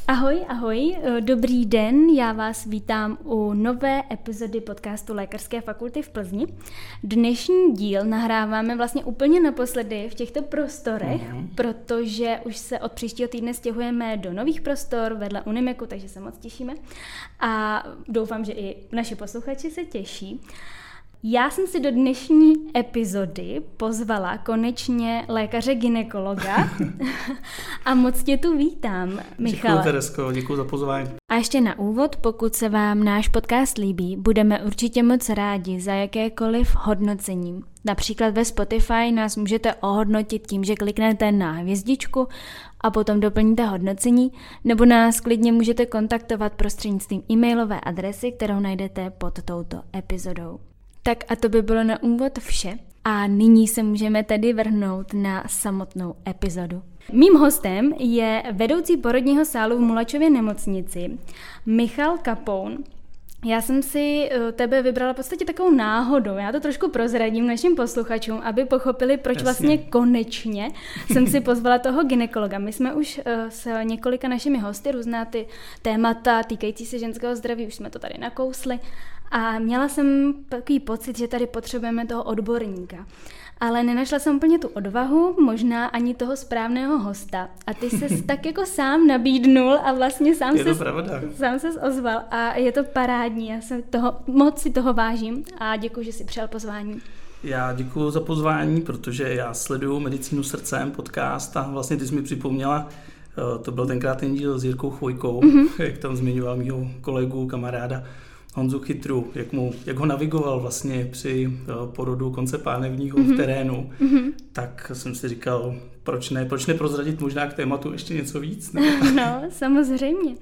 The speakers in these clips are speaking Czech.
Ahoj, dobrý den, já vás vítám u nové epizody podcastu Lékařské fakulty v Plzni. Dnešní díl nahráváme vlastně úplně naposledy v těchto prostorech, protože už se od příštího týdne stěhujeme do nových prostor vedle Unimeku, takže se moc těšíme a doufám, že i naši posluchači se těší. Já jsem si do dnešní epizody pozvala konečně lékaře gynekologa a moc tě tu vítám, Michale. Děkuji, Teresko, děkuji za pozvání. A ještě na úvod, pokud se vám náš podcast líbí, budeme určitě moc rádi za jakékoliv hodnocení. Například ve Spotify nás můžete ohodnotit tím, že kliknete na hvězdičku a potom doplníte hodnocení, nebo nás klidně můžete kontaktovat prostřednictvím e-mailové adresy, kterou najdete pod touto epizodou. Tak a to by bylo na úvod vše a nyní se můžeme tedy vrhnout na samotnou epizodu. Mým hostem je vedoucí porodního sálu v Mulačově nemocnici Michal Kapoun. Já jsem si tebe vybrala v podstatě takovou náhodou, já to trošku prozradím našim posluchačům, aby pochopili, proč vlastně konečně jsem si pozvala toho gynekologa. My jsme už s několika našimi hosty různá ty témata týkající se ženského zdraví, už jsme to tady nakousli a měla jsem takový pocit, že tady potřebujeme toho odborníka. Ale nenašla jsem úplně tu odvahu, možná ani toho správného hosta. A ty ses tak jako sám nabídnul a vlastně sám ses ozval a je to parádní. Já se moc si toho vážím a děkuji, že jsi přijal pozvání. Já děkuji za pozvání, protože já sleduju Medicínu srdcem podcast a vlastně ty jsi mi připomněla, to byl tenkrát ten díl s Jirkou Chvojkou, jak tam zmiňoval mýho kolegu, kamaráda Honzu Chytru, jak ho navigoval vlastně při porodu konce pánevního v terénu, tak jsem si říkal, proč ne prozradit možná k tématu ještě něco víc? Ne? No, samozřejmě.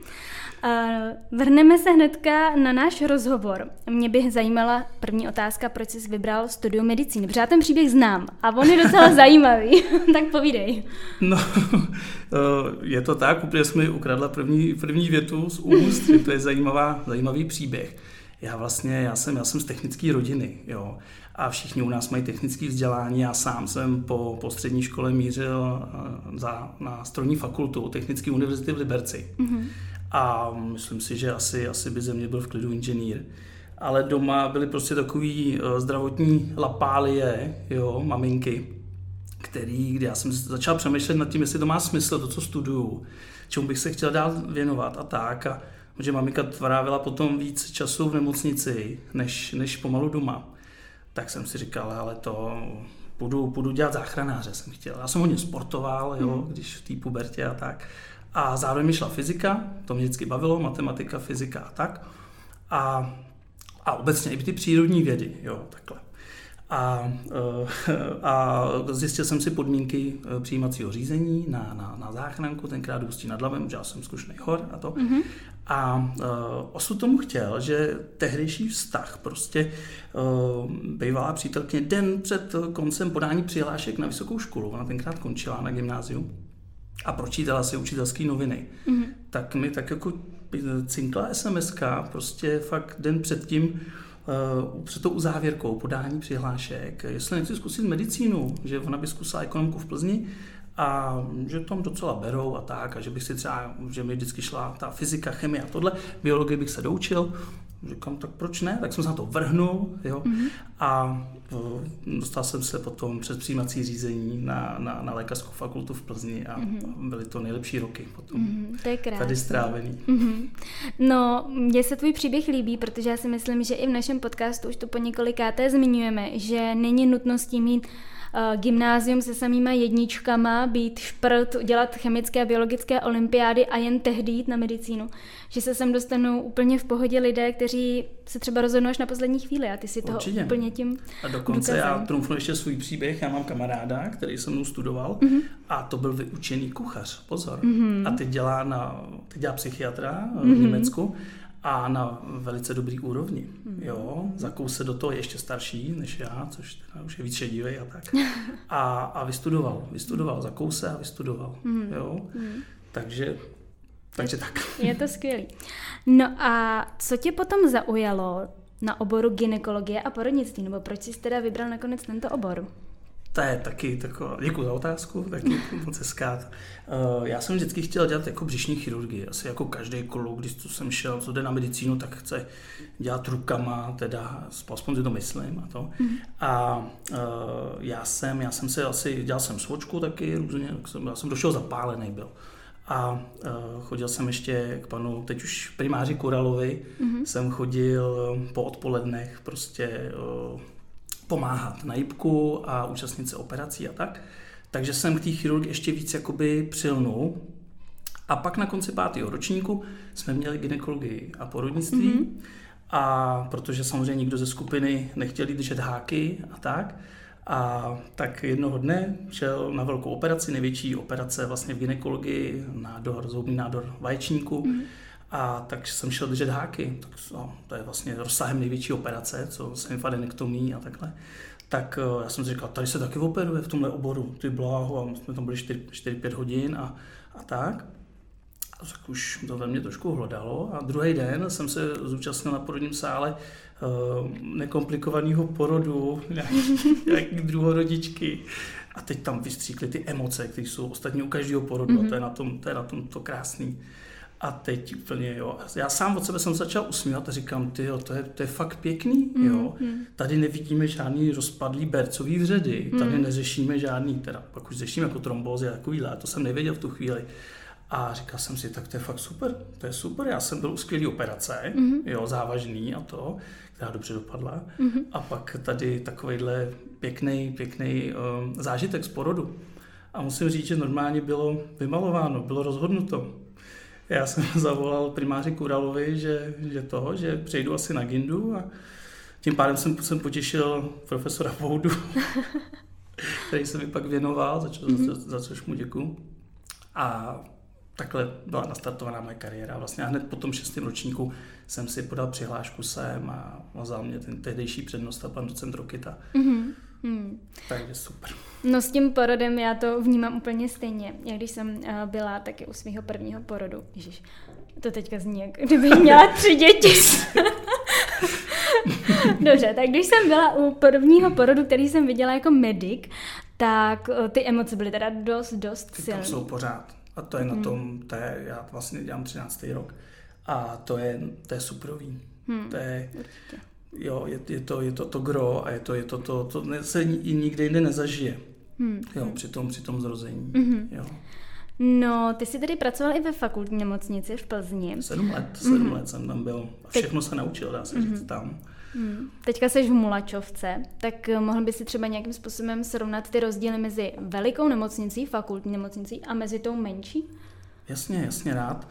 Vrhneme se hnedka na náš rozhovor. Mě by zajímala první otázka, proč jsi vybral studium medicíny, protože já ten příběh znám a on je docela zajímavý, tak povídej. No, je to tak, úplně jsi mi ukradla první větu z úst, že to je zajímavý příběh. Já jsem z technické rodiny, jo. A všichni u nás mají technické vzdělání. Já sám jsem po střední škole mířil na strojní fakultu Technické univerzity v Liberci. A myslím si, že asi by ze mě byl v klidu inženýr. Ale doma byly prostě takový zdravotní lapálie, jo, maminky, kdy já jsem začal přemýšlet nad tím, jestli to má smysl, to, co studuju, čemu bych se chtěl dál věnovat a tak. A že maminka trávila potom víc času v nemocnici, než pomalu doma. Tak jsem si říkal, ale to půjdu dělat záchranáře, jsem chtěl. Já jsem hodně sportoval, jo, když v té pubertě a tak. A zároveň mi šla fyzika, to mě vždycky bavilo, matematika, fyzika a tak. A obecně i ty přírodní vědy, jo, takhle. A zjistil jsem si podmínky přijímacího řízení na záchranku, tenkrát Ústí nad Labem, že já jsem zkušený chor a to. A osud tomu chtěl, že tehdejší vztah prostě bývalá přítelkyně den před koncem podání přihlášek na vysokou školu, ona tenkrát končila na gymnáziu a pročítala si učitelské noviny. Tak mi tak jako cinkla SMS-ka prostě fakt den předtím před tou uzávěrkou podání přihlášek, jestli nechci zkusit medicínu, že ona by zkusila ekonomku v Plzni a že tam docela berou a tak a že bych si třeba, že mi vždycky šla ta fyzika, chemie a tohle, biologii bych se doučil, říkám, tak proč ne, tak jsem se na to vrhnul, jo, a dostal jsem se potom přes přijímací řízení na lékařskou fakultu v Plzni a byly to nejlepší roky potom to je krásný. Tady strávený. No, mně se tvůj příběh líbí, protože já si myslím, že i v našem podcastu už to po několikáté zmiňujeme, že není nutností mít gymnázium se samýma jedničkama, být šprt, dělat chemické a biologické olympiády a jen tehdy jít na medicínu. Že se sem dostanou úplně v pohodě lidé, kteří se třeba rozhodnou až na poslední chvíli a ty si toho úplně tím a dokonce já trumfnu ještě svůj příběh, já mám kamaráda, který se mnou studoval a to byl vyučený kuchař, pozor. A teď dělá psychiatra v Německu a na velice dobrý úrovni. Jo, zakous se do toho, je ještě starší než já, což teda už je víc šedivej a tak. A vystudoval, zakous se a vystudoval. Jo, takže tak. Je to skvělý. No a co tě potom zaujalo na oboru gynekologie a porodnictví, nebo proč jsi teda vybral nakonec tento obor? To je taky taková, děkuji za otázku, taky moc hezká. Já jsem vždycky chtěl dělat jako břišní chirurgii, asi jako každý kluk, když jsem šel, co jde na medicínu, tak chce dělat rukama, teda aspoň si to myslím a to. A já jsem si asi, dělal jsem svočku taky různě, já jsem došel zapálený byl. A chodil jsem ještě k panu, teď už primáři Kuralovi, jsem chodil po odpolednech prostě pomáhat na jipku a účastnit se operací a tak. Takže jsem k té chirurgii ještě víc jakoby přilnul. A pak na konci 5. ročníku jsme měli gynekologii a porodnictví. A protože samozřejmě nikdo ze skupiny nechtěl držet háky a tak. A tak jednoho dne šel na velkou operaci, největší operace vlastně v gynekologii, zoubní nádor vaječníku. A tak jsem šel držet háky, tak, to je vlastně rozsahem největší operace, co semifadenektomí a takhle. Tak já jsem si říkal, tady se taky operuje v tomhle oboru, ty bláho, a my jsme tam byli 4-5 hodin a tak. A tak už to ve mně trošku hlodalo a druhý den jsem se zúčastnil na porodním sále nekomplikovaného porodu, nějaký druhorodičky. A teď tam vystříkly ty emoce, které jsou ostatně u každého porodu, a to je na tom to krásný. A teď úplně, jo, já sám od sebe jsem začal usmívat a říkám, tyjo, to je fakt pěkný, jo. Tady nevidíme žádný rozpadlý bercový vředy, tady neřešíme žádný, teda pak už řešíme jako trombózy a takovýhle, to jsem nevěděl v tu chvíli. A říkal jsem si, tak to je fakt super, to je super, já jsem byl u skvělý operace, jo, závažný a to, která dobře dopadla. A pak tady takovejhle pěkný zážitek z porodu. A musím říct, že normálně bylo vymalováno, bylo rozhodnuto. Já jsem zavolal primáři Kuralovi, že přejdu asi na Gindu a tím pádem jsem potěšil profesora Voudu, který se mi pak věnoval, za což mu děkuju. A takhle byla nastartovaná moje kariéra. Vlastně a hned po tom 6. ročníku jsem si podal přihlášku sem a vzal mě ten tehdejší přednosta, pan docent Rokita. Takže super. No s tím porodem já to vnímám úplně stejně. Já když jsem byla taky u svého prvního porodu, ježiš, to teďka zní, jak kdybych měla 3 děti. Dobře, tak když jsem byla u prvního porodu, který jsem viděla jako medic, tak ty emoce byly teda dost silné. Tam jsou pořád. A to je na tom, já vlastně dělám 13. rok. A to je superový. To je... Jo, je to gro a to se nikde jinde nezažije. Jo, při tom zrození. Jo. No, ty jsi tedy pracoval i ve fakultní nemocnici v Plzni. 7 let jsem tam byl. A všechno se naučil, dá se říct tam. Teďka jsi v Mulačovce, tak mohl by si třeba nějakým způsobem srovnat ty rozdíly mezi velikou nemocnicí, fakultní nemocnicí a mezi tou menší? Jasně rád.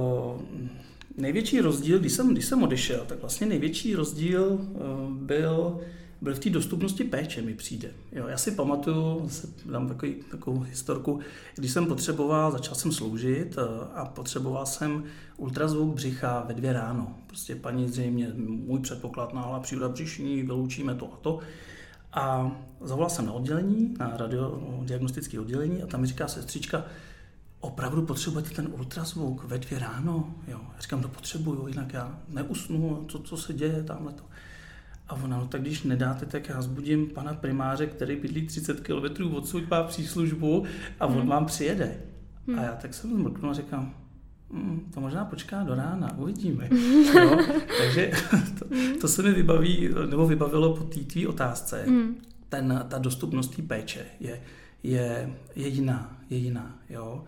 Největší rozdíl, když jsem odešel, tak vlastně největší rozdíl byl v té dostupnosti péče, mi přijde. Jo, já si pamatuju, dám takovou historku, když jsem začal jsem sloužit a potřeboval jsem ultrazvuk břicha ve 2 ráno. Prostě paní zřejmě, můj předpoklad, náhla příhoda břišní, vyloučíme to a to. A zavolal jsem na oddělení, na radiodiagnostické oddělení a tam mi říká sestřička, opravdu potřebujete ten ultrazvuk ve 2 ráno? Jo, já říkám, to potřebuju, jinak já neusnu, co se děje tamhleto. A ona, no tak když nedáte, tak já zbudím pana primáře, který bydlí 30 km odsud, má příslužbu a on vám přijede. A já tak jsem zmrknul a říkám, to možná počká do rána, uvidíme. Jo? Takže to se mi vybavilo po té tvý otázce. Ta dostupnost té péče je jiná. Jo?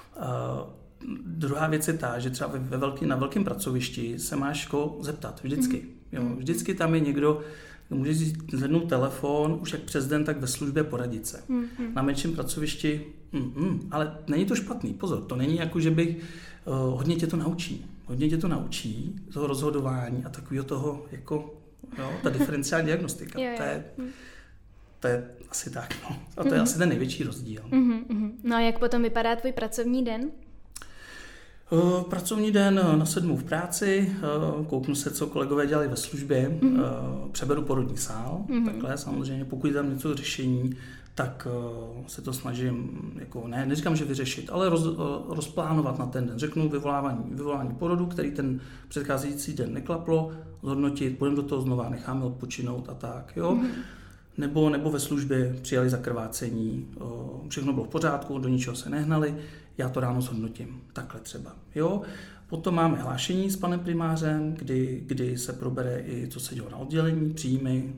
Druhá věc je ta, že třeba na velkém pracovišti se máš zeptat vždycky. Jo? Vždycky tam je někdo, může zvednout telefon, už jak přes den, tak ve službě poradit se. Na menším pracovišti, ale není to špatný, pozor, to není jako, že bych, hodně tě to naučí, toho rozhodování a takového toho, jako, jo, ta diferenciální diagnostika. To je asi tak, no. A to je asi ten největší rozdíl. No a jak potom vypadá tvůj pracovní den? Pracovní den na 7 v práci, kouknu se, co kolegové dělali ve službě, přeberu porodní sál, takhle samozřejmě, pokud je tam něco řešení, tak se to snažím, jako neříkám, že vyřešit, ale rozplánovat na ten den. Řeknu vyvolání porodu, který ten předcházející den neklaplo, zhodnotit, půjdeme do toho znova, necháme odpočinout a tak, jo. nebo ve službě přijali za krvácení, všechno bylo v pořádku, do ničeho se nehnali, já to ráno zhodnotím, takhle třeba. Jo? Potom máme hlášení s panem primářem, kdy se probere i, co se dělo na oddělení, příjmy,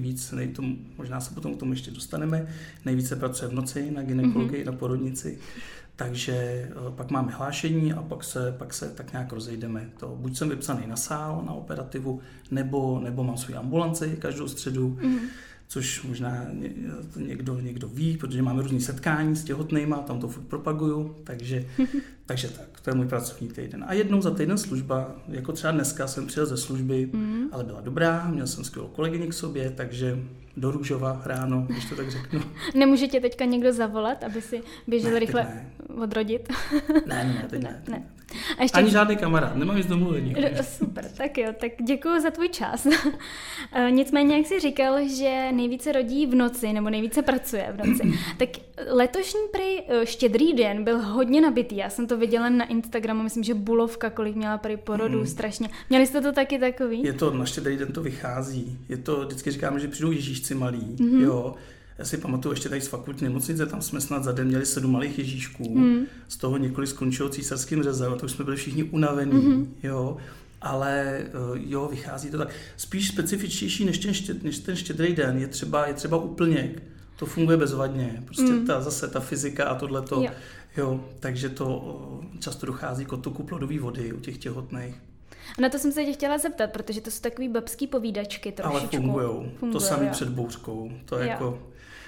možná se potom k tomu ještě dostaneme, nejvíce pracuje v noci na gynekologii, na porodnici, takže pak máme hlášení a pak se tak nějak rozejdeme. Buď jsem vypsaný na sál, na operativu, nebo mám svou ambulanci každou středu, což možná někdo ví, protože máme různý setkání s těhotnýma, tam to furt propaguju, takže tak, to je můj pracovní týden. A jednou za týden služba, jako třeba dneska jsem přijel ze služby, ale byla dobrá, měl jsem skvělou kolegyni k sobě, takže do Růžova ráno, když to tak řeknu. Nemůže tě teďka někdo zavolat, aby si běžel rychle odrodit? Ne, teď ne. A ještě... Ani žádný kamarád, nemám nic domluvení. Super, tak jo, tak děkuji za tvůj čas. Nicméně, jak jsi říkal, že nejvíce rodí v noci, nebo nejvíce pracuje v noci, tak letošní Štědrý den byl hodně nabitý. Já jsem to viděla na Instagramu, myslím, že Bulovka, kolik měla prý porodů, strašně. Měli jste to taky takový? Je to, na Štědrý den to vychází. Je to, vždycky říkáme, že přijdou Ježíšci malí, jo. Já si pamatuju ještě tady z fakultní nemocnice, tam jsme snad za den měli 7 malých Ježíšků, z toho několik skončilo císařským řezem, a to už jsme byli všichni unavení, jo. Ale jo, vychází to tak. Spíš specifičtější než ten Štědrý den je třeba úplněk. To funguje bezvadně. Prostě zase ta fyzika a tohleto, jo, takže to často dochází k odtoku plodové vody u těch těhotných. Na to jsem se tě chtěla zeptat, protože to jsou takový babský povídačky trošičku. Ale fungujou. To samý před bouřkou. To jako...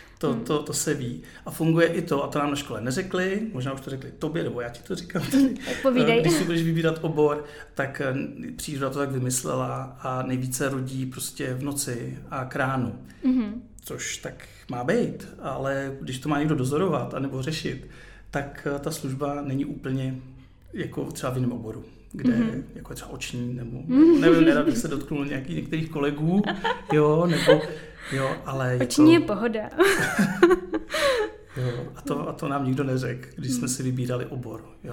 To se ví. A funguje i to, a to nám na škole neřekli, možná už to řekli tobě, nebo já ti to říkám tady. Tak povídej. Když si budeš vybírat obor, tak příroda to tak vymyslela a nejvíce rodí prostě v noci a k ránu. Což tak má být, ale když to má někdo dozorovat anebo řešit, tak ta služba není úplně jako třeba v jiném oboru, kde jako je třeba oční, nebo nevím, nerad bych se dotknul některých kolegů, jo, nebo jo, ale oční je pohoda. Jo, a to nám nikdo neřekl, když jsme si vybírali obor. Jo.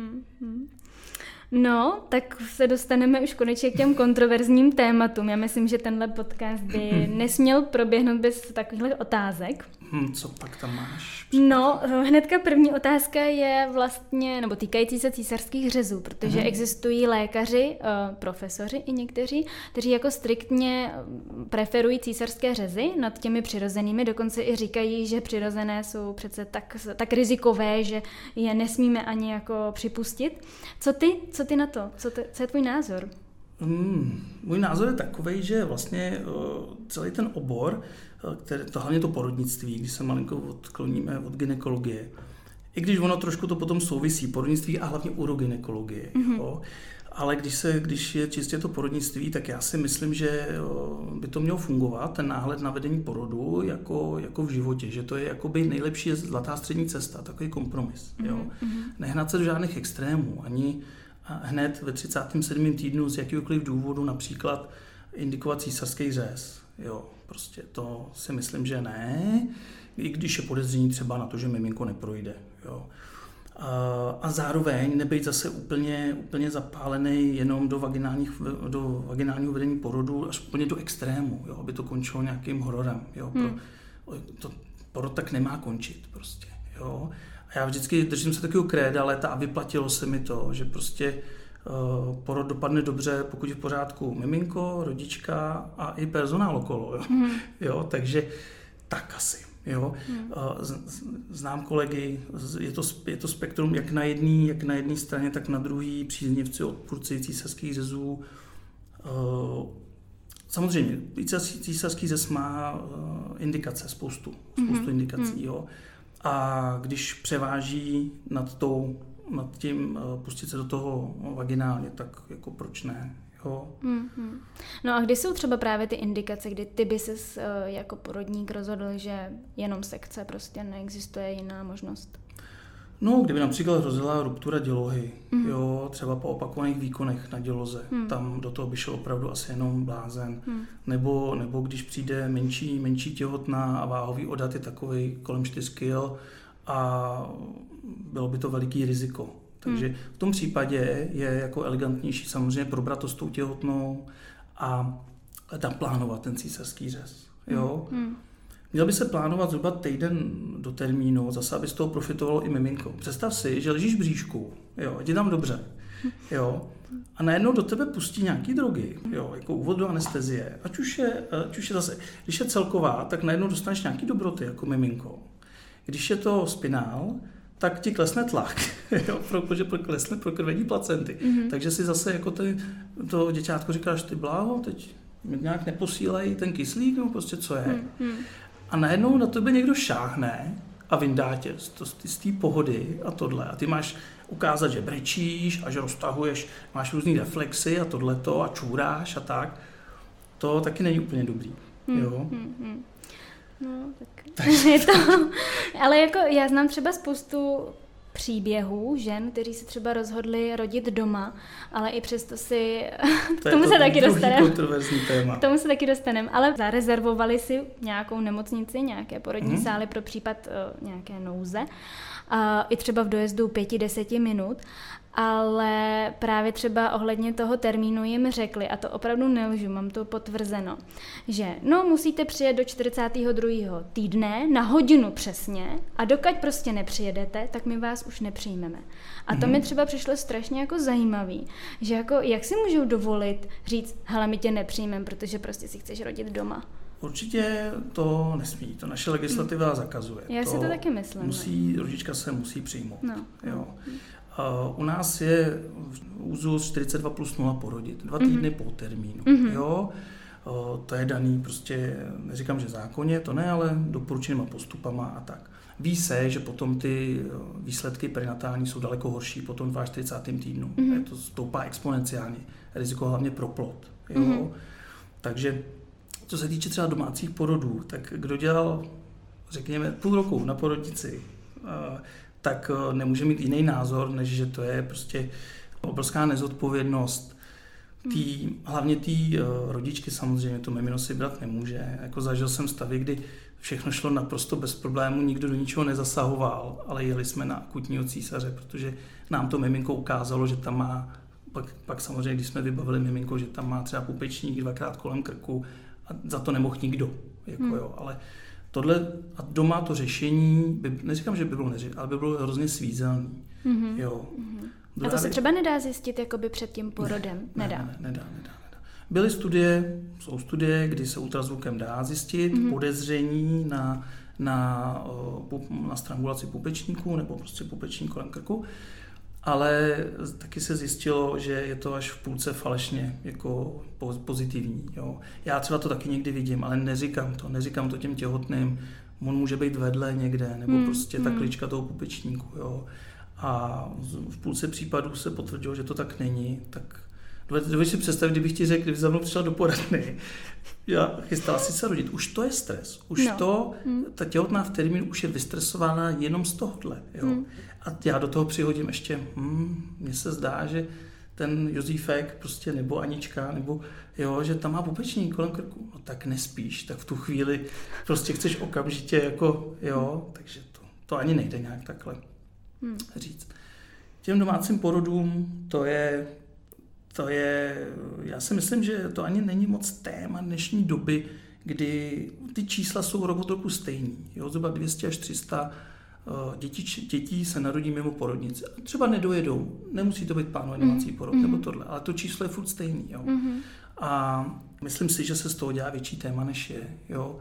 No, tak se dostaneme už konečně k těm kontroverzním tématům. Já myslím, že tenhle podcast by nesměl proběhnout bez takových otázek. Co pak tam máš? No, hnedka první otázka je vlastně, nebo týkající se císařských řezů, protože existují lékaři, profesoři i někteří, kteří jako striktně preferují císařské řezy nad těmi přirozenými, dokonce i říkají, že přirozené jsou přece tak rizikové, že je nesmíme ani jako připustit. Co ty na to? Co je tvůj názor? Můj názor je takovej, že vlastně celý ten obor, hlavně to porodnictví, když se malinko odkloníme od gynekologie, i když ono trošku to potom souvisí, porodnictví a hlavně urogynekologie, jo, ale když je čistě to porodnictví, tak já si myslím, že by to mělo fungovat, ten náhled na vedení porodu jako v životě, že to je jakoby nejlepší zlatá střední cesta, takový kompromis. Jo. Nehnat se do žádných extrémů, ani hned ve 37. týdnu z jakýkoliv důvodu například indikovat císařský řez. Jo, prostě to si myslím, že ne, i když je podezření třeba na to, že miminko neprojde. Jo. A zároveň nebejt zase úplně zapálený jenom do vaginálního vedení porodu, až úplně do extrému, jo, aby to končilo nějakým hororem. Jo. Porod tak nemá končit prostě. Jo. A já vždycky držím se takového kréda léta a vyplatilo se mi to, že prostě porod dopadne dobře, pokud je v pořádku miminko, rodička a i personál okolo. Jo. Jo, takže tak asi. Jo. Znám kolegy, je to spektrum jak na jedné straně, tak na druhé, příznivci, odpůrci císařských řezů. Samozřejmě, císařský řez má indikace, spoustu indikací. Jo. A když převáží nad tím pustit se do toho vaginálně, tak jako proč ne? Jo. No a kdy jsou třeba právě ty indikace, kdy ty by ses jako porodník rozhodl, že jenom sekce, prostě neexistuje jiná možnost? No, kdyby například hrozila ruptura dělohy, jo, třeba po opakovaných výkonech na děloze, tam do toho by šel opravdu asi jenom blázen. Nebo když přijde menší těhotná a váhový odhad je takový kolem 4 kg a bylo by to veliký riziko. Takže v tom případě je jako elegantnější samozřejmě probrat to s tou těhotnou a tam plánovat ten císařský řez. Jo? Měl by se plánovat zhruba týden do termínu, zase aby z toho profitovalo i miminko. Představ si, že ležíš v bříšku, jo, je tam dobře, jo, a najednou do tebe pustí nějaký drogy, jo, jako úvod do anestezie, ať už je zase, když je celková, tak najednou dostaneš nějaký dobroty jako miminko. Když je to spinál, tak ti klesne tlak, jo, protože klesne prokrvení placenty. Takže si zase jako to děťátko říkáš, ty bláho, teď mi nějak neposílají ten kyslík, no prostě co je. A najednou na tebe někdo šáhne a vyndá tě z té pohody a tohle. A ty máš ukázat, že brečíš a že roztahuješ, máš různý reflexy a tohleto a čůráš a tak. To taky není úplně dobrý. Jo? No, tak je to. Ale jako já znám třeba spoustu příběhů žen, kteří se třeba rozhodli rodit doma, ale i přesto si k tomu se taky dostaneme. Kontroverzní téma. K tomu se taky dostaneme, ale zarezervovali si nějakou nemocnici, nějaké porodní sály pro případ nějaké nouze. I třeba v dojezdu 5-10 minut, ale právě třeba ohledně toho termínu jim řekli, a to opravdu nelžu, mám to potvrzeno, že no musíte přijet do 42. týdne na hodinu přesně a dokud prostě nepřijedete, tak my vás už nepřijmeme. A to mi třeba přišlo strašně jako zajímavý, že jako jak si můžou dovolit říct, hele, my tě nepřijmeme, protože prostě si chceš rodit doma. Určitě to nesmí, to naše legislativa zakazuje. Já si to taky myslím. Rodička se musí přijmout. No. Jo. U nás je úzus 42 plus 0 porodit, 2 týdny po termínu. Jo. To je daný prostě, neříkám, že zákonně, to ne, ale doporučenýma postupama a tak. Ví se, že potom ty výsledky perinatální jsou daleko horší po tom 42. týdnu. To stoupá exponenciálně. Riziko hlavně pro plod. Jo. Takže co se týče třeba domácích porodů, tak kdo dělal, řekněme, půl roku na porodnici, tak nemůže mít jiný názor, než že to je prostě obrovská nezodpovědnost. Hlavně té rodičky samozřejmě, to mimino si brát nemůže. Jako zažil jsem stavy, kdy všechno šlo naprosto bez problémů, nikdo do ničeho nezasahoval, ale jeli jsme na akutního císaře, protože nám to miminko ukázalo, že tam má, pak samozřejmě, když jsme vybavili miminko, že tam má třeba pupečník 2krát kolem krku a za to nemohl nikdo. Jako jo, ale tohle a doma to řešení, neříkám, že by bylo ale by bylo hrozně svízelný. Jo. A to se třeba nedá zjistit jakoby před tím porodem? Nedá. Jsou studie, kdy se ultrazvukem dá zjistit podezření na strangulaci pupečníku nebo prostě pupečník kolem krku, ale taky se zjistilo, že je to až v půlce falešně jako pozitivní. Jo. Já třeba to taky někdy vidím, ale neříkám to těm těhotným, on může být vedle někde, nebo prostě ta klička toho pupečníku. Jo. A v půlce případů se potvrdilo, že to tak není, tak dovedeš si představit, kdybych ti řekl, kdyby za mnou přišla do poradny, já chystala si se rodit, už to je stres, ta těhotná v termínu už je vystresovaná jenom z tohohle, jo. A já do toho přihodím ještě, mně se zdá, že ten Josífek prostě, nebo Anička, nebo jo, že tam má pupečník kolem krku, no tak nespíš, tak v tu chvíli prostě chceš okamžitě jako, jo, takže to ani nejde nějak takhle říct. Těm domácím porodům to je, já si myslím, že to ani není moc téma dnešní doby, kdy ty čísla jsou rok od roku stejný. Jo, zhruba 200 až 300 dětí se narodí mimo porodnici. Třeba nedojedou, nemusí to být plánovaný domácí porod nebo tohle, ale to číslo je furt stejný. Jo. A myslím si, že se z toho dělá větší téma, než je. Jo.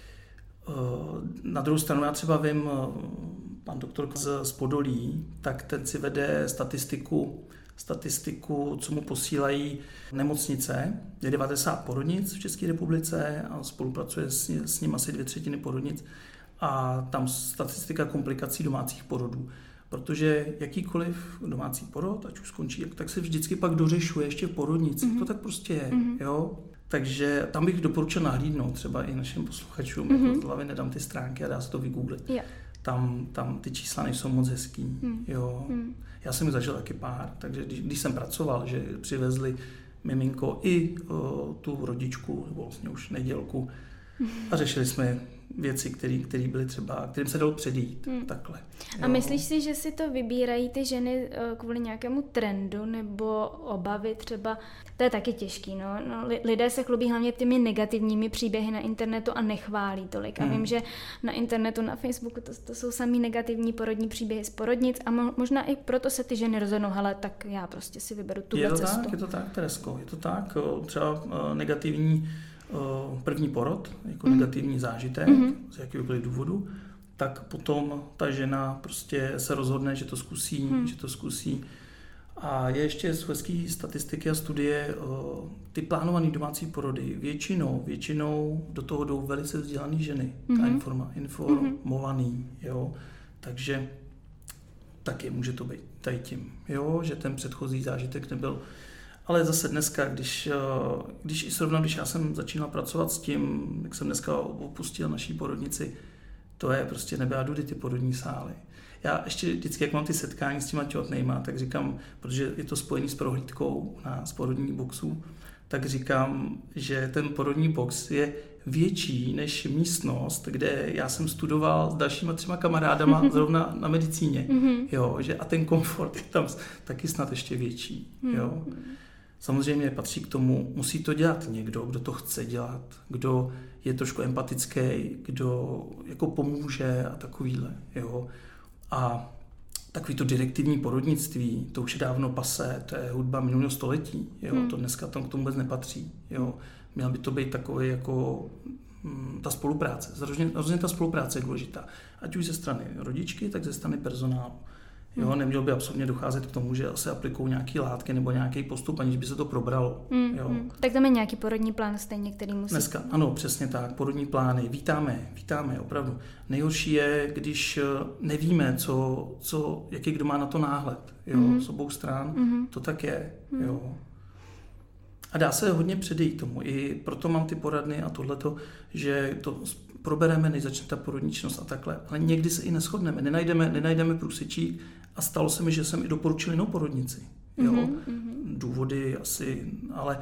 Na druhou stranu já třeba vím, pan doktor z Podolí, tak ten si vede statistiku, co mu posílají nemocnice. Je 90 porodnic v České republice a spolupracuje s ním asi 2/3 porodnic. A tam statistika komplikací domácích porodů. Protože jakýkoliv domácí porod, ať už skončí, tak se vždycky pak dořešuje ještě v porodnici. To tak prostě je. Jo? Takže tam bych doporučil nahlídnout třeba i našim posluchačům. Jako z hlavy nedám ty stránky a dá se to vygooglit. Yeah. Tam ty čísla nejsou moc hezký. Jo. Já jsem jich zažil taky pár, takže když jsem pracoval, že přivezli miminko i tu rodičku, nebo vlastně už nedělku, A řešili jsme věci, které byly třeba, kterým se dalo předejít. Takhle. A myslíš si, že si to vybírají ty ženy kvůli nějakému trendu nebo obavy třeba? To je taky těžký, no. Lidé se chlubí hlavně těmi negativními příběhy na internetu a nechválí tolik. A vím, že na internetu, na Facebooku to jsou samý negativní porodní příběhy z porodnic a možná i proto se ty ženy rozhodnou, hele, tak já prostě si vyberu tuhle cestu. Je to tak, Teresko, je to tak. Třeba negativní první porod, jako negativní zážitek, z jakýkoliv důvodu, tak potom ta žena prostě se rozhodne, že to zkusí. A je ještě z hezký statistiky a studie, ty plánované domácí porody, většinou do toho jdou velice vzdělané ženy, informovaný, jo, takže taky může to být tady tím, jo, že ten předchozí zážitek nebyl. Ale zase dneska, když já jsem začínal pracovat s tím, jak jsem dneska opustil naší porodnici, to je prostě nebe a dudy ty porodní sály. Já ještě vždycky, jak mám ty setkání s těma těhotnejma, tak říkám, protože je to spojený s prohlídkou na porodní boxu, tak říkám, že ten porodní box je větší než místnost, kde já jsem studoval s dalšíma 3 kamarádama zrovna na medicíně. Jo, že a ten komfort je tam taky snad ještě větší. Jo. Samozřejmě patří k tomu, musí to dělat někdo, kdo to chce dělat, kdo je trošku empatický, kdo jako pomůže a takovýhle. Jo. A takový to direktivní porodnictví, to už je dávno pasé, to je hudba minulého století. Jo. To dneska tam k tomu vůbec nepatří. Jo. Měla by to být takový jako ta spolupráce. Rozhodně ta spolupráce je důležitá. Ať už ze strany rodičky, tak ze strany personálu. Jo, nemělo by absolutně docházet k tomu, že se aplikují nějaké látky nebo nějaký postup, aniž by se to probralo. Jo. Tak tam je nějaký porodní plán stejně, který musí... Dneska, ano, přesně tak, porodní plány. Vítáme, opravdu. Nejhorší je, když nevíme, jaký kdo má na to náhled. Jo, z obou stran, to tak je. Jo. A dá se hodně předejít tomu. I proto mám ty poradny a tohleto, že to probereme, než začne ta porodní činnost a takhle. Ale někdy se i neshodneme, nenajdeme průsečík a stalo se mi, že jsem i doporučil jinou porodnici. Jo? Důvody asi, ale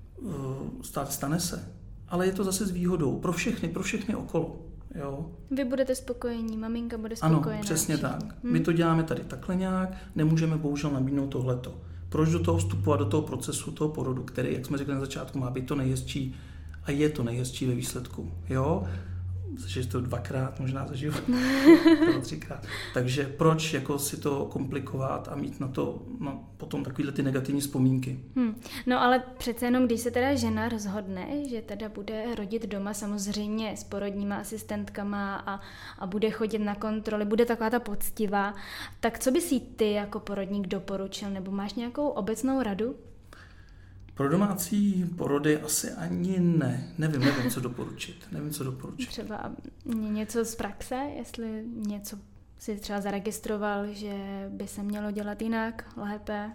stane se. Ale je to zase s výhodou pro všechny okolo. Jo? Vy budete spokojení, maminka bude spokojená. Ano, přesně tak. My to děláme tady takhle nějak, nemůžeme bohužel nabídnout tohleto. Proč do toho vstupovat, do toho procesu, toho porodu, který, jak jsme řekli na začátku, má být to nejhezčí a je to nejhezčí ve výsledku. Jo? Zažiješ to 2krát, možná za život, 3krát. Takže proč jako si to komplikovat a mít na to potom takovýhle ty negativní vzpomínky. No ale přece jenom, když se teda žena rozhodne, že teda bude rodit doma samozřejmě s porodníma asistentkama a bude chodit na kontroly, bude taková ta poctivá, tak co by si ty jako porodník doporučil, nebo máš nějakou obecnou radu? Pro domácí porody asi ani ne. Nevím, co doporučit. Třeba něco z praxe, jestli něco si třeba zaregistroval, že by se mělo dělat jinak, lépe?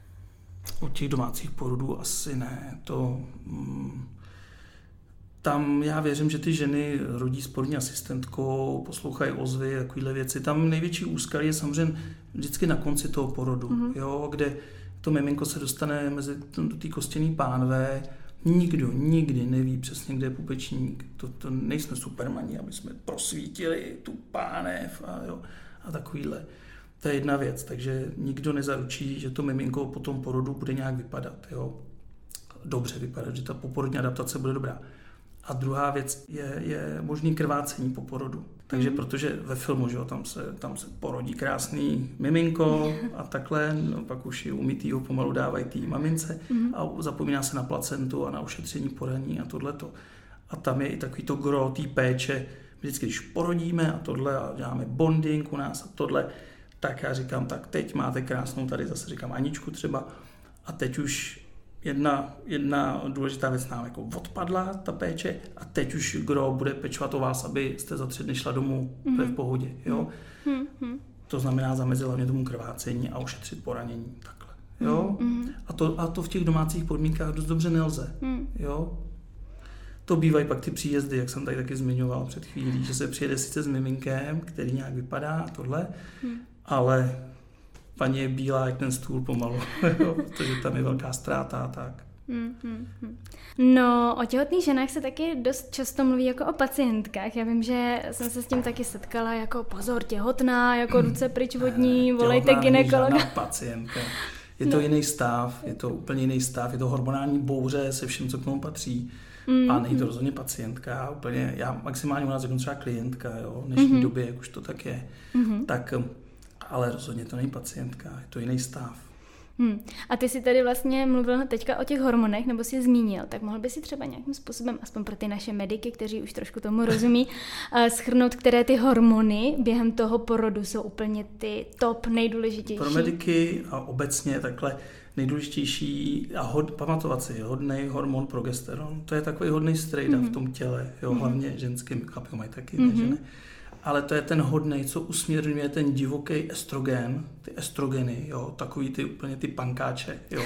U těch domácích porodů asi ne. Tam já věřím, že ty ženy rodí s porodní asistentkou, poslouchají ozvy, takovéhle věci. Tam největší úskalí je samozřejmě vždycky na konci toho porodu, jo, kde to miminko se dostane do té kostěné pánve. Nikdo nikdy neví přesně, kde je pupečník. To nejsme supermani, aby jsme prosvítili tu pánev a takovýhle. To je jedna věc, takže nikdo nezaručí, že to miminko po tom porodu bude nějak vypadat. Jo? Dobře vypadat, že ta poporodní adaptace bude dobrá. A druhá věc je možný krvácení po porodu. Takže protože ve filmu, že jo, tam se porodí krásný miminko a takhle, no, pak už ji umytýho pomalu dávají té mamince a zapomíná se na placentu a na ošetření poraní a tohleto. A tam je i takový to gro té péče. Vždycky, když porodíme a tohle a děláme bonding u nás a tohle, tak já říkám, tak teď máte krásnou, tady zase říkám Aničku třeba, a teď už jedna důležitá věc nám jako odpadla, ta péče, a teď už gro bude pečovat o vás, abyste za 3 dny šla domů, to je v pohodě, jo. To znamená zamezit hlavně tomu krvácení a ušetřit poranění, takhle, jo. A to v těch domácích podmínkách dost dobře nelze, jo. To bývají pak ty příjezdy, jak jsem tady taky zmiňoval před chvílí, že se přijede sice s miminkem, který nějak vypadá a tohle, ale paní je bílá jak ten stůl pomalu, protože tam je velká ztráta a tak. No, o těhotných ženách se taky dost často mluví jako o pacientkách. Já vím, že jsem se s tím taky setkala jako pozor, těhotná, jako ruce pryč od ní, volejte gynekologa. Těhotná pacientka. Je to jiný stav, je to úplně jiný stav, je to hormonální bouře se vším, co k tomu patří. A není to rozhodně pacientka, úplně, já maximálně u nás řeknu třeba klientka, jo, v dnešní době, jak už to tak je. Tak, ale rozhodně to není pacientka, je to jiný stav. A ty jsi tady vlastně mluvil teďka o těch hormonech, nebo jsi je zmínil, tak mohl by si třeba nějakým způsobem, aspoň pro ty naše mediky, kteří už trošku tomu rozumí, shrnout, které ty hormony během toho porodu jsou úplně ty top nejdůležitější? Pro mediky a obecně takhle nejdůležitější a pamatovat si, hodnej hormon progesteron, to je takový hodnej strejda v tom těle, jo, hlavně ženským, chlapi mají taky, ne ženy. Ale to je ten hodnej, co usměrňuje ten divoký estrogen, ty estrogeny, jo, takový ty úplně ty pankáče, jo.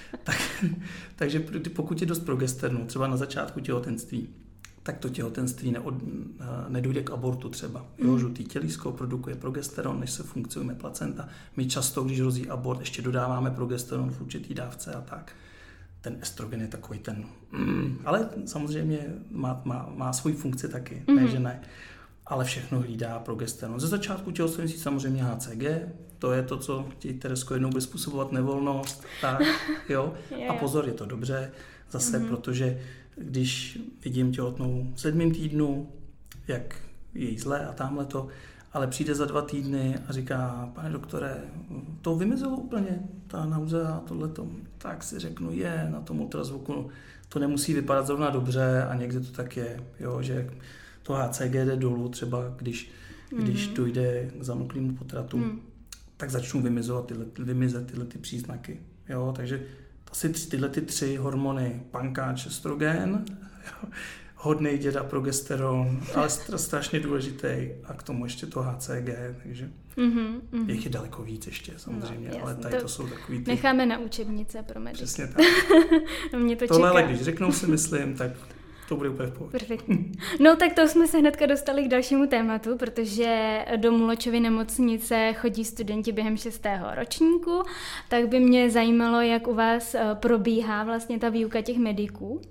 Takže pokud je dost progesteronu, třeba na začátku těhotenství, tak to těhotenství nedojde k abortu třeba. Jo, žlutý tělísko produkuje progesteron, než se funkciuje placenta. My často, když hrozí abort, ještě dodáváme progesteron v určitý dávce a tak. Ten estrogen je takový ten... ale samozřejmě má svoji funkci taky, ne, že ne. Ale všechno hlídá progesteron. Ze začátku těhotenství samozřejmě HCG, to je to, co ti, Teresko, jednou bude způsobovat nevolnost, tak, jo. A pozor, je to dobře, zase, protože když vidím těhotnou v 7. týdnu, jak je jí zle a tamhle to, ale přijde za 2 týdny a říká, pane doktore, to vymizelo úplně, ta náuze a tohleto, tak si řeknu, na tom ultrazvuku to nemusí vypadat zrovna dobře a někde to tak je, jo, že to HCG jde dolů, třeba když dojde k zamlklému potratu, tak začnou vymizet tyhle ty příznaky. Jo? Takže asi tyhle ty 3 hormony, pankáč, estrogen, hodnej děda progesteron, ale strašně důležitý a k tomu ještě to HCG, takže jich je daleko víc ještě samozřejmě, ale tady to jsou takový ty... Necháme na učebnice pro mediky. Přesně tak. No mě to tohle, čeká. ale když řeknou si, myslím, tak to bude úplně v pohodě. Perfektní. No tak to jsme se hnedka dostali k dalšímu tématu, protože do Muločovy nemocnice chodí studenti během 6. ročníku, tak by mě zajímalo, jak u vás probíhá vlastně ta výuka těch mediků.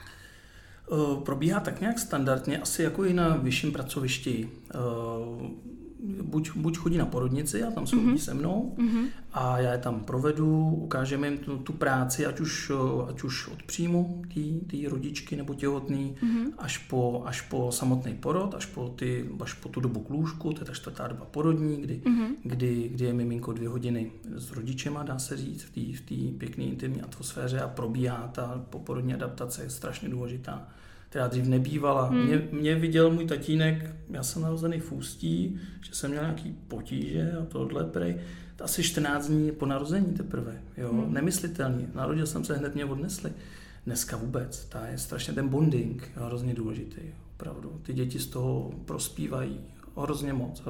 Probíhá tak nějak standardně, asi jako i na vyšším pracovišti. Buď chodí na porodnici a tam jsou lidi se mnou a já je tam provedu, ukážeme jim tu práci, ať už od příjmu té rodičky nebo těhotný, až po samotný porod, až po tu dobu k lůžku, to je ta 4. doba porodní, kdy je miminko 2 hodiny s rodičema, dá se říct, v té pěkné intimní atmosféře a probíhá ta poporodní adaptace, je strašně důležitá, která dřív nebývala. Mě viděl můj tatínek, já jsem narozený v Ústí, že jsem měl nějaký potíže a tohle prej. To asi 14 dní po narození teprve, jo, nemyslitelný. Narodil jsem se, hned mě odnesli. Dneska vůbec, ta je strašně ten bonding, hrozně důležitý, opravdu. Ty děti z toho prospívají hrozně moc.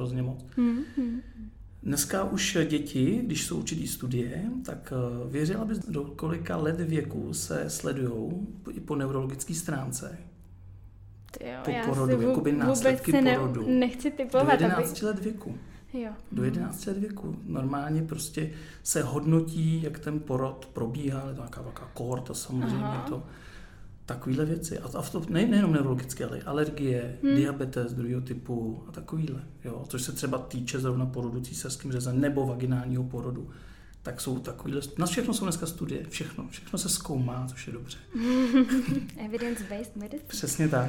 Dneska už děti, když jsou určitý studie, tak věřila bys, do kolika let věku se sledujou i po neurologické stránce. Po porodu, jakoby následky porodu. Nechci typovat. Do 11 let věku. Jo. Do 11 let věku. Normálně prostě se hodnotí, jak ten porod probíhá, je to nějaká velká kohorta samozřejmě, to takovýhle věci. A to nejenom neurologické, ale alergie, diabetes 2. typu a takovýhle. Jo. Což se třeba týče zrovna porodu císařským řezem nebo vaginálního porodu. Tak jsou takovýhle, na všechno jsou dneska studie, všechno se zkoumá, což je dobře. Evidence-based medicine. Přesně tak.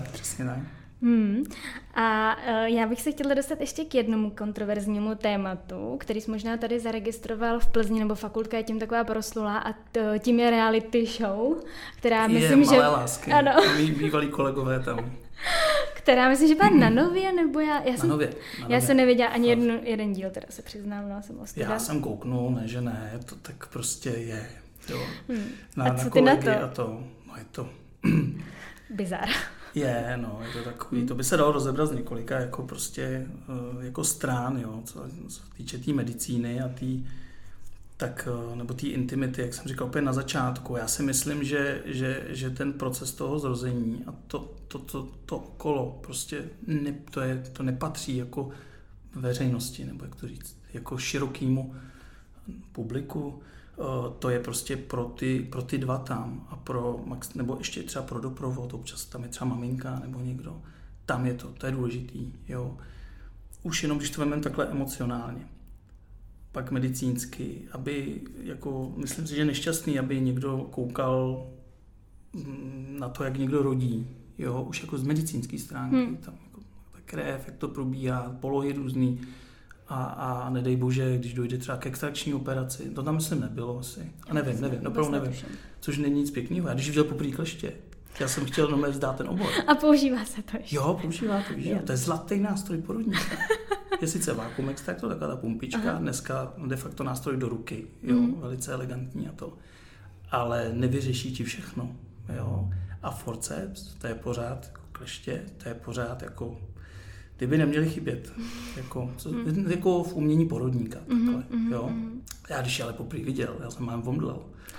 A já bych se chtěla dostat ještě k jednomu kontroverznímu tématu, který jsi možná tady zaregistroval v Plzni, nebo fakultka je tím taková proslulá, a tím je reality show, která myslím, že... Malé lásky, ano. Mí bývalí kolegové tam. Která myslím, že byla na Nově, nebo na Nově. Já jsem neviděla ani jeden díl, teda se přiznám, no, jsem ostuda. Já jsem kouknul, ne, že ne, to tak prostě je. Jo. A co ty na to? A to, no je to... Bizar. Je to takový, to by se dalo rozebrat z několika jako prostě jako strán, jo, co týče té medicíny a nebo té intimity, jak jsem říkal úplně na začátku. Já si myslím, že ten proces toho zrození a to okolo prostě to nepatří jako veřejnosti, nebo jak to říct, jako širokému publiku. To je prostě pro ty dva tam a nebo ještě třeba pro doprovod, občas tam je třeba maminka nebo někdo. Tam je to je důležitý, jo. Už jenom, když to vezmeme takhle emocionálně. Pak medicínsky, aby, jako, myslím si, že nešťastný, aby někdo koukal na to, jak někdo rodí, jo, už jako z medicínské stránky, tam jako, ta krev, jak to probíhá, polohy různý a nedej bože, když dojde třeba k extrakční operaci, to tam myslím nebylo asi, a nevím, opravdu nevím, což není nic pěkného, já když viděl poprvé kleště, já jsem chtěl jenom vzdát ten obor. A používá se to ještě? Jo, používá to, víš, to je zlatý nástroj porodníka. Je sice vakuum extraktor, taková ta pumpička, dneska de facto nástroj do ruky, jo, velice elegantní a to. Ale nevyřeší ti všechno, jo. A forceps, to je pořád jako kleště, to je pořád jako, ty by neměly chybět, jako v umění porodníka, takhle, jo. Já když ale poprvé viděl, já jsem mám vomdlel.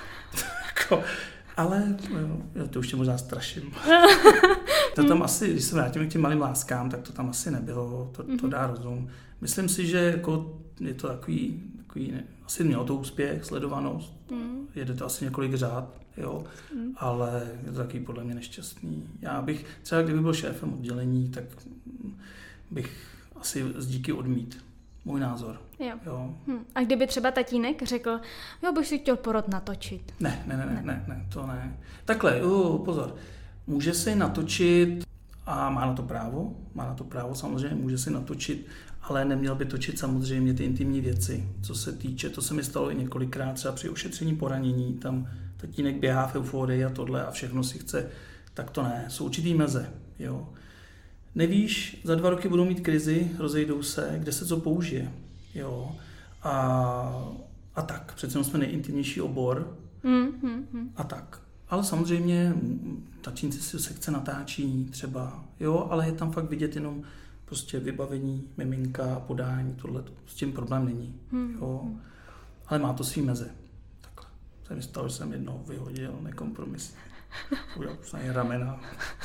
Ale jo, to už tě možná straším. To tam asi, když se vrátíme k těm malým láskám, tak to tam asi nebylo, to dá rozum. Myslím si, že jako je to takový ne, asi mělo to úspěch, sledovanost, jede to asi několik řád, jo, ale je to takový podle mě nešťastný. Já bych, třeba kdyby byl šéfem oddělení, tak bych asi z díky odmít. Můj názor. Jo. A kdyby třeba tatínek řekl, jo, bych si chtěl porod natočit. Ne, to ne. Takhle, pozor, může se natočit a má na to právo samozřejmě, může se natočit, ale neměl by točit samozřejmě ty intimní věci, co se týče, to se mi stalo i několikrát, třeba při ošetření poranění, tam tatínek běhá v euforii a tohle a všechno si chce, tak to ne, jsou určitý meze, jo. Nevíš, za 2 roky budou mít krizi, rozejdou se, kde se co použije, jo. A tak, přece jsme nejintimnější obor a tak. Ale samozřejmě tatínci si sekce natáčí třeba, jo, ale je tam fakt vidět jenom prostě vybavení, miminka, podání, tohle, s tím problém není, jo. Ale má to svý meze. Takhle. Se mi stalo, že jsem jednou vyhodil nekompromisně. Udělal jsem ramena.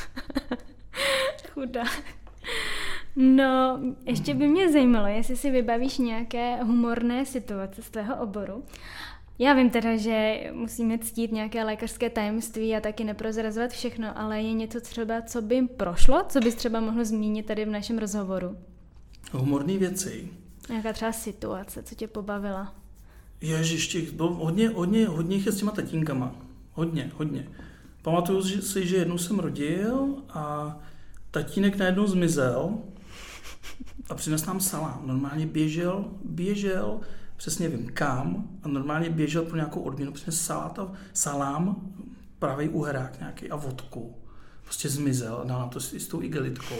Chudák. No, ještě by mě zajímalo, jestli si vybavíš nějaké humorné situace z tvého oboru. Já vím teda, že musíme ctít nějaké lékařské tajemství a taky neprozrazovat všechno, ale je něco třeba, co by jim prošlo, co bys třeba mohl zmínit tady v našem rozhovoru? Humorné věci. Nějaká třeba situace, co tě pobavila? Ježiš, těch bylo hodně je s těma tatínkama. Hodně. Pamatuju si, že jednou jsem rodil a tatínek najednou zmizel a přines nám salám. Normálně běžel, přesně vím kam, a normálně běžel pro nějakou odměnu, přines salám, pravý uherák nějaký a vodku. Prostě zmizel a dal na to s tou igelitkou.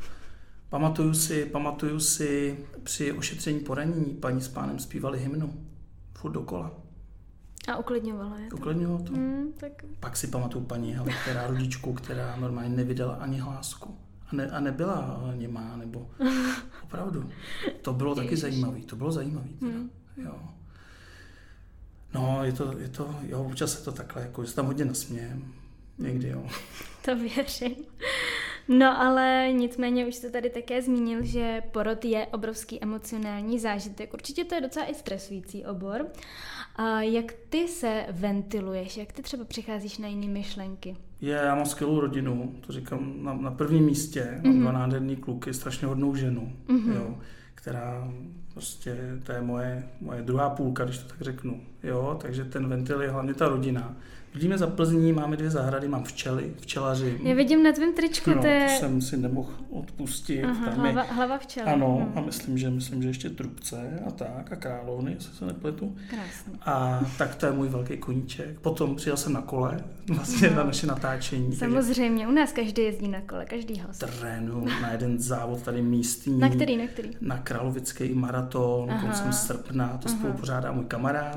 Pamatuju si, při ošetření poranění paní s pánem zpívali hymnu. Furt dokola. A uklidňovalo je to. Uklidňovalo to. Tak. Pak si pamatuju paní, rodičku, která normálně nevydala ani hlásku. A nebyla němá, nebo opravdu. To bylo taky zajímavý. Jo. No, je to, jo, občas se to takhle, jako, že se tam hodně nasmějem. Někdy, jo. To věřím. No, ale nicméně už jste tady také zmínil, že porod je obrovský emocionální zážitek. Určitě to je docela i stresující obor. A jak ty se ventiluješ? Jak ty třeba přicházíš na jiné myšlenky? Já mám skvělou rodinu, to říkám na prvním místě. Mám 2 nádherný kluky, strašně hodnou ženu, jo, která prostě, to je moje druhá půlka, když to tak řeknu. Jo, takže ten ventil je hlavně ta rodina. Vidíme za Plzní, máme 2 zahrady, mám včelaři. Já vidím na tvém tričku, no, to je... to jsem si nemohl odpustit. Aha, hlava včely. Ano, a myslím, že ještě trubce a tak, a královny, jestli se nepletu. Krásný. A tak to je můj velký koníček. Potom přijel jsem na kole, vlastně na naše natáčení. Samozřejmě, u nás každý jezdí na kole, každý host. Trénu na jeden závod tady místní. Na který? Na Královický maraton, koncem srpna, to spolu pořádá můj kamarád.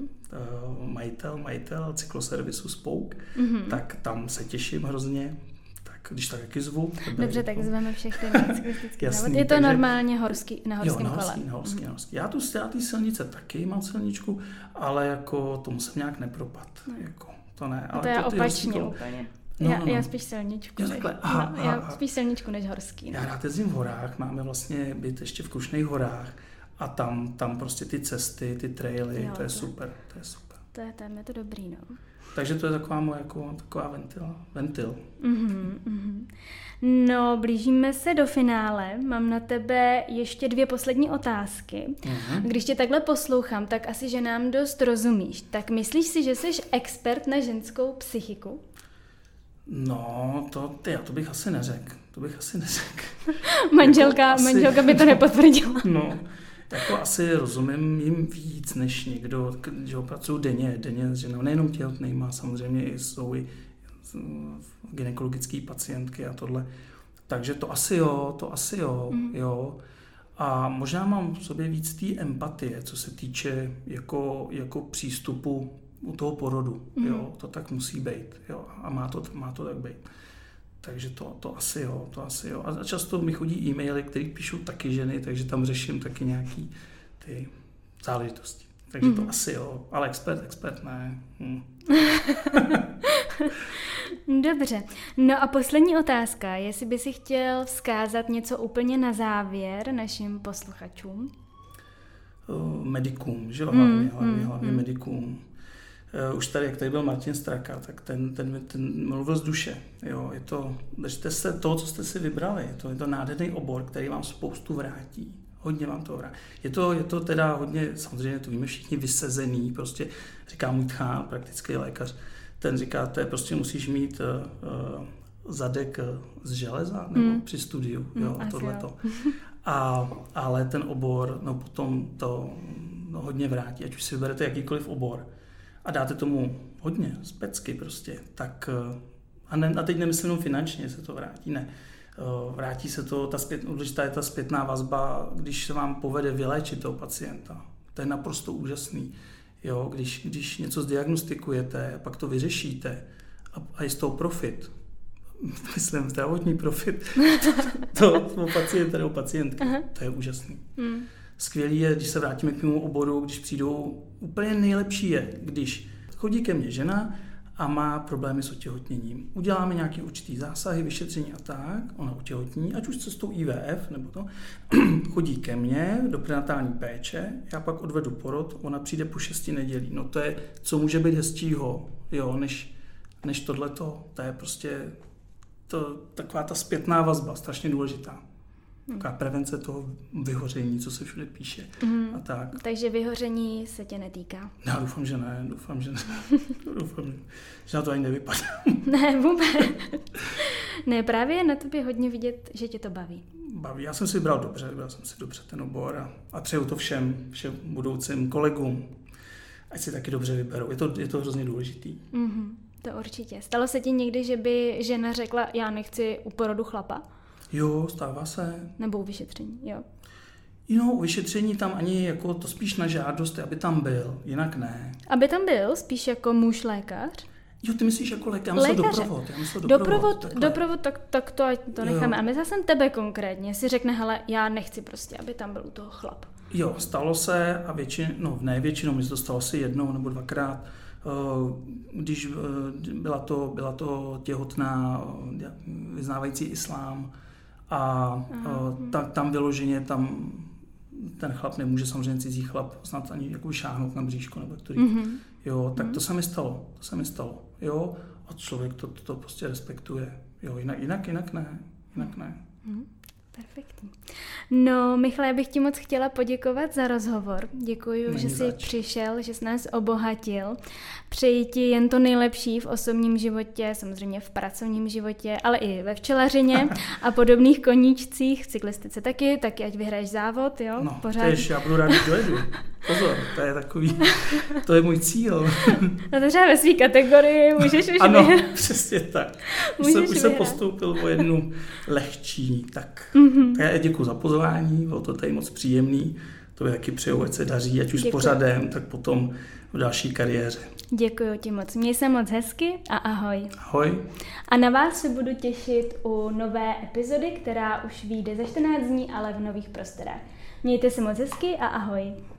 Majitel cykloservisu Spouk, tak tam se těším hrozně, tak když tak taky zvu. Dobře, tak zveme všechny na cyklistický závod. Je to takže... normálně na horském kole? Na horský. Já tu z té silnice taky mám silničku, ale jako tomu jsem nějak nepropad. Jako, to ne. Ale to je opačně úplně. Já spíš silničku. Já spíš silničku než horský. Já rád jezdím v horách, máme vlastně byt ještě v Krušných horách a tam prostě ty cesty, ty traily, to je super. To je to dobrý, no. Takže to je taková ventil. No, blížíme se do finále. Mám na tebe ještě 2 poslední otázky. Když tě takhle poslouchám, tak asi, že nám dost rozumíš. Tak myslíš si, že jsi expert na ženskou psychiku? No, to bych asi neřekl. Manželka by to nepotvrdila. No, jako asi rozumím jim víc než někdo, že pracují denně s ženou, nejenom těhotnýma, samozřejmě jsou i gynekologické pacientky a tohle. Takže to asi jo, jo. A možná mám v sobě víc té empatie, co se týče jako přístupu u toho porodu, jo, to tak musí být, jo, a má to tak být. Takže to asi jo. A často mi chodí e-maily, které píšou taky ženy, takže tam řeším taky nějaký ty záležitosti. Takže to asi jo, ale expert ne. Dobře. No a poslední otázka, jestli by si chtěl vzkázat něco úplně na závěr našim posluchačům? Medikům, že jo, hlavně medikům. Už tady, jak tady byl Martin Straka, tak ten mluvil z duše. Jo, držte se toho, co jste si vybrali. Je to nádherný obor, který vám spoustu vrátí. Hodně vám to vrátí. Je to teda hodně, samozřejmě to víme všichni, vysezený, prostě říká můj tchán, praktický lékař, ten říká, prostě musíš mít zadek z železa, nebo při studiu, jo, a tohleto. Ale ten obor, no potom to hodně vrátí, ať už si vyberete jakýkoliv obor a dáte tomu hodně specky prostě, tak a teď nemyslím finančně se to vrátí, ne. Vrátí se to, důležitá je ta zpětná vazba, když se vám povede vyléčit toho pacienta. To je naprosto úžasný. Jo, když něco zdiagnostikujete, pak to vyřešíte a je z toho profit, myslím zdravotní profit, toho pacienta nebo pacientky, to je úžasný. Skvělý je, když se vrátíme k mému oboru, když přijdou, úplně nejlepší je, když chodí ke mně žena a má problémy s otěhotněním. Uděláme nějaké určitý zásahy, vyšetření a tak, ona otěhotní, ať už cestou IVF nebo to, chodí ke mně do prenatální péče, já pak odvedu porod, ona přijde po 6 nedělí. No to je, co může být hezčího, jo, než tohleto. To je prostě taková ta zpětná vazba, strašně důležitá. Taková prevence toho vyhoření, co se všude píše. A tak. Takže vyhoření se tě netýká? Já doufám, že ne. Doufám, že na to ani nevypadá. Ne, vůbec. Ne, právě na tobě hodně vidět, že tě to baví. Já jsem si vybral dobře ten obor a přeju to všem budoucím kolegům, ať si taky dobře vyberou. Je to hrozně důležitý. To určitě. Stalo se ti někdy, že by žena řekla, já nechci u porodu chlapa? Jo, stává se. Nebo u vyšetření, jo. Jo, u vyšetření tam ani jako to spíš na žádost, aby tam byl, jinak ne. Aby tam byl, spíš jako muž lékař? Jo, ty myslíš jako lékař, já myslel doprovod. Tak to necháme. A myslel jsem tebe konkrétně, si řekne, hele, já nechci prostě, aby tam byl u toho chlap. Jo, stalo se a většinou mi se to stalo asi 1 nebo 2krát, když byla to těhotná vyznávající islám a tam vyloženě ten chlap nemůže, samozřejmě cizí chlap snad ani jako šáhnout na bříško nebo který. Jo, tak to se mi stalo. Jo, a člověk to prostě respektuje. Jo, jinak ne. Perfektní. No, Michale, já bych ti moc chtěla poděkovat za rozhovor. Děkuji, že jsi přišel, že jsi nás obohatil. Přeji ti jen to nejlepší v osobním životě, samozřejmě v pracovním životě, ale i ve včelařině a podobných koníčcích, v cyklistice taky ať vyhraješ závod, jo? No, tež, já budu rád, že dojedu. Pozor, to je můj cíl. No to třeba ve své kategorii můžeš už ano, vyhrát. Přesně tak. Už jsem postoupil o jednu lehčí, tak já děkuji za pozvání, bylo to tady moc příjemný. To by taky přeju, ať se daří, ať už s pořadem, tak potom v další kariéře. Děkuji ti moc. Měj se moc hezky a ahoj. Ahoj. A na vás se budu těšit u nové epizody, která už vyjde za 14 dní, ale v nových prostorách. Mějte se moc hezky a ahoj.